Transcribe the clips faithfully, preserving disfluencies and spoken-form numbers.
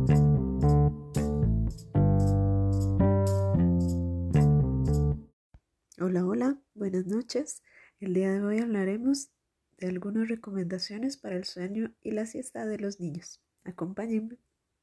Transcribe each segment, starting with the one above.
Hola, hola, buenas noches. El día de hoy hablaremos de algunas recomendaciones para el sueño y la siesta de los niños. Acompáñenme.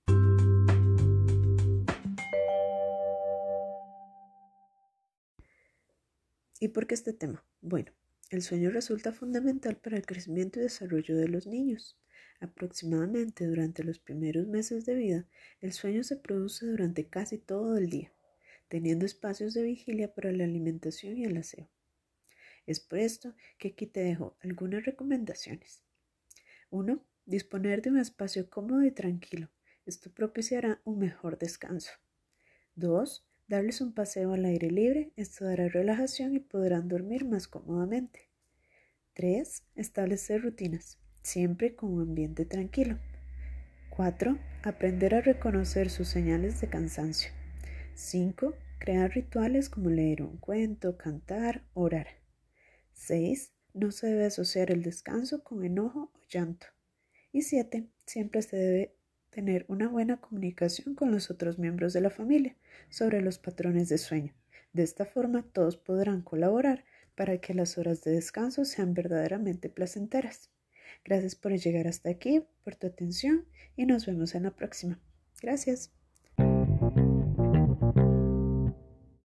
¿Y por qué este tema? Bueno, el sueño resulta fundamental para el crecimiento y desarrollo de los niños. Aproximadamente durante los primeros meses de vida, el sueño se produce durante casi todo el día, teniendo espacios de vigilia para la alimentación y el aseo. Es por esto que aquí te dejo algunas recomendaciones. uno. Disponer de un espacio cómodo y tranquilo. Esto propiciará un mejor descanso. dos. Darles un paseo al aire libre. Esto dará relajación y podrán dormir más cómodamente. tres. Establecer rutinas, siempre con un ambiente tranquilo. cuatro. Aprender a reconocer sus señales de cansancio. cinco. Crear rituales como leer un cuento, cantar, orar. seis. No se debe asociar el descanso con enojo o llanto. Y siete. Siempre se debe tener una buena comunicación con los otros miembros de la familia sobre los patrones de sueño. De esta forma todos podrán colaborar para que las horas de descanso sean verdaderamente placenteras. Gracias por llegar hasta aquí, por tu atención y nos vemos en la próxima. Gracias.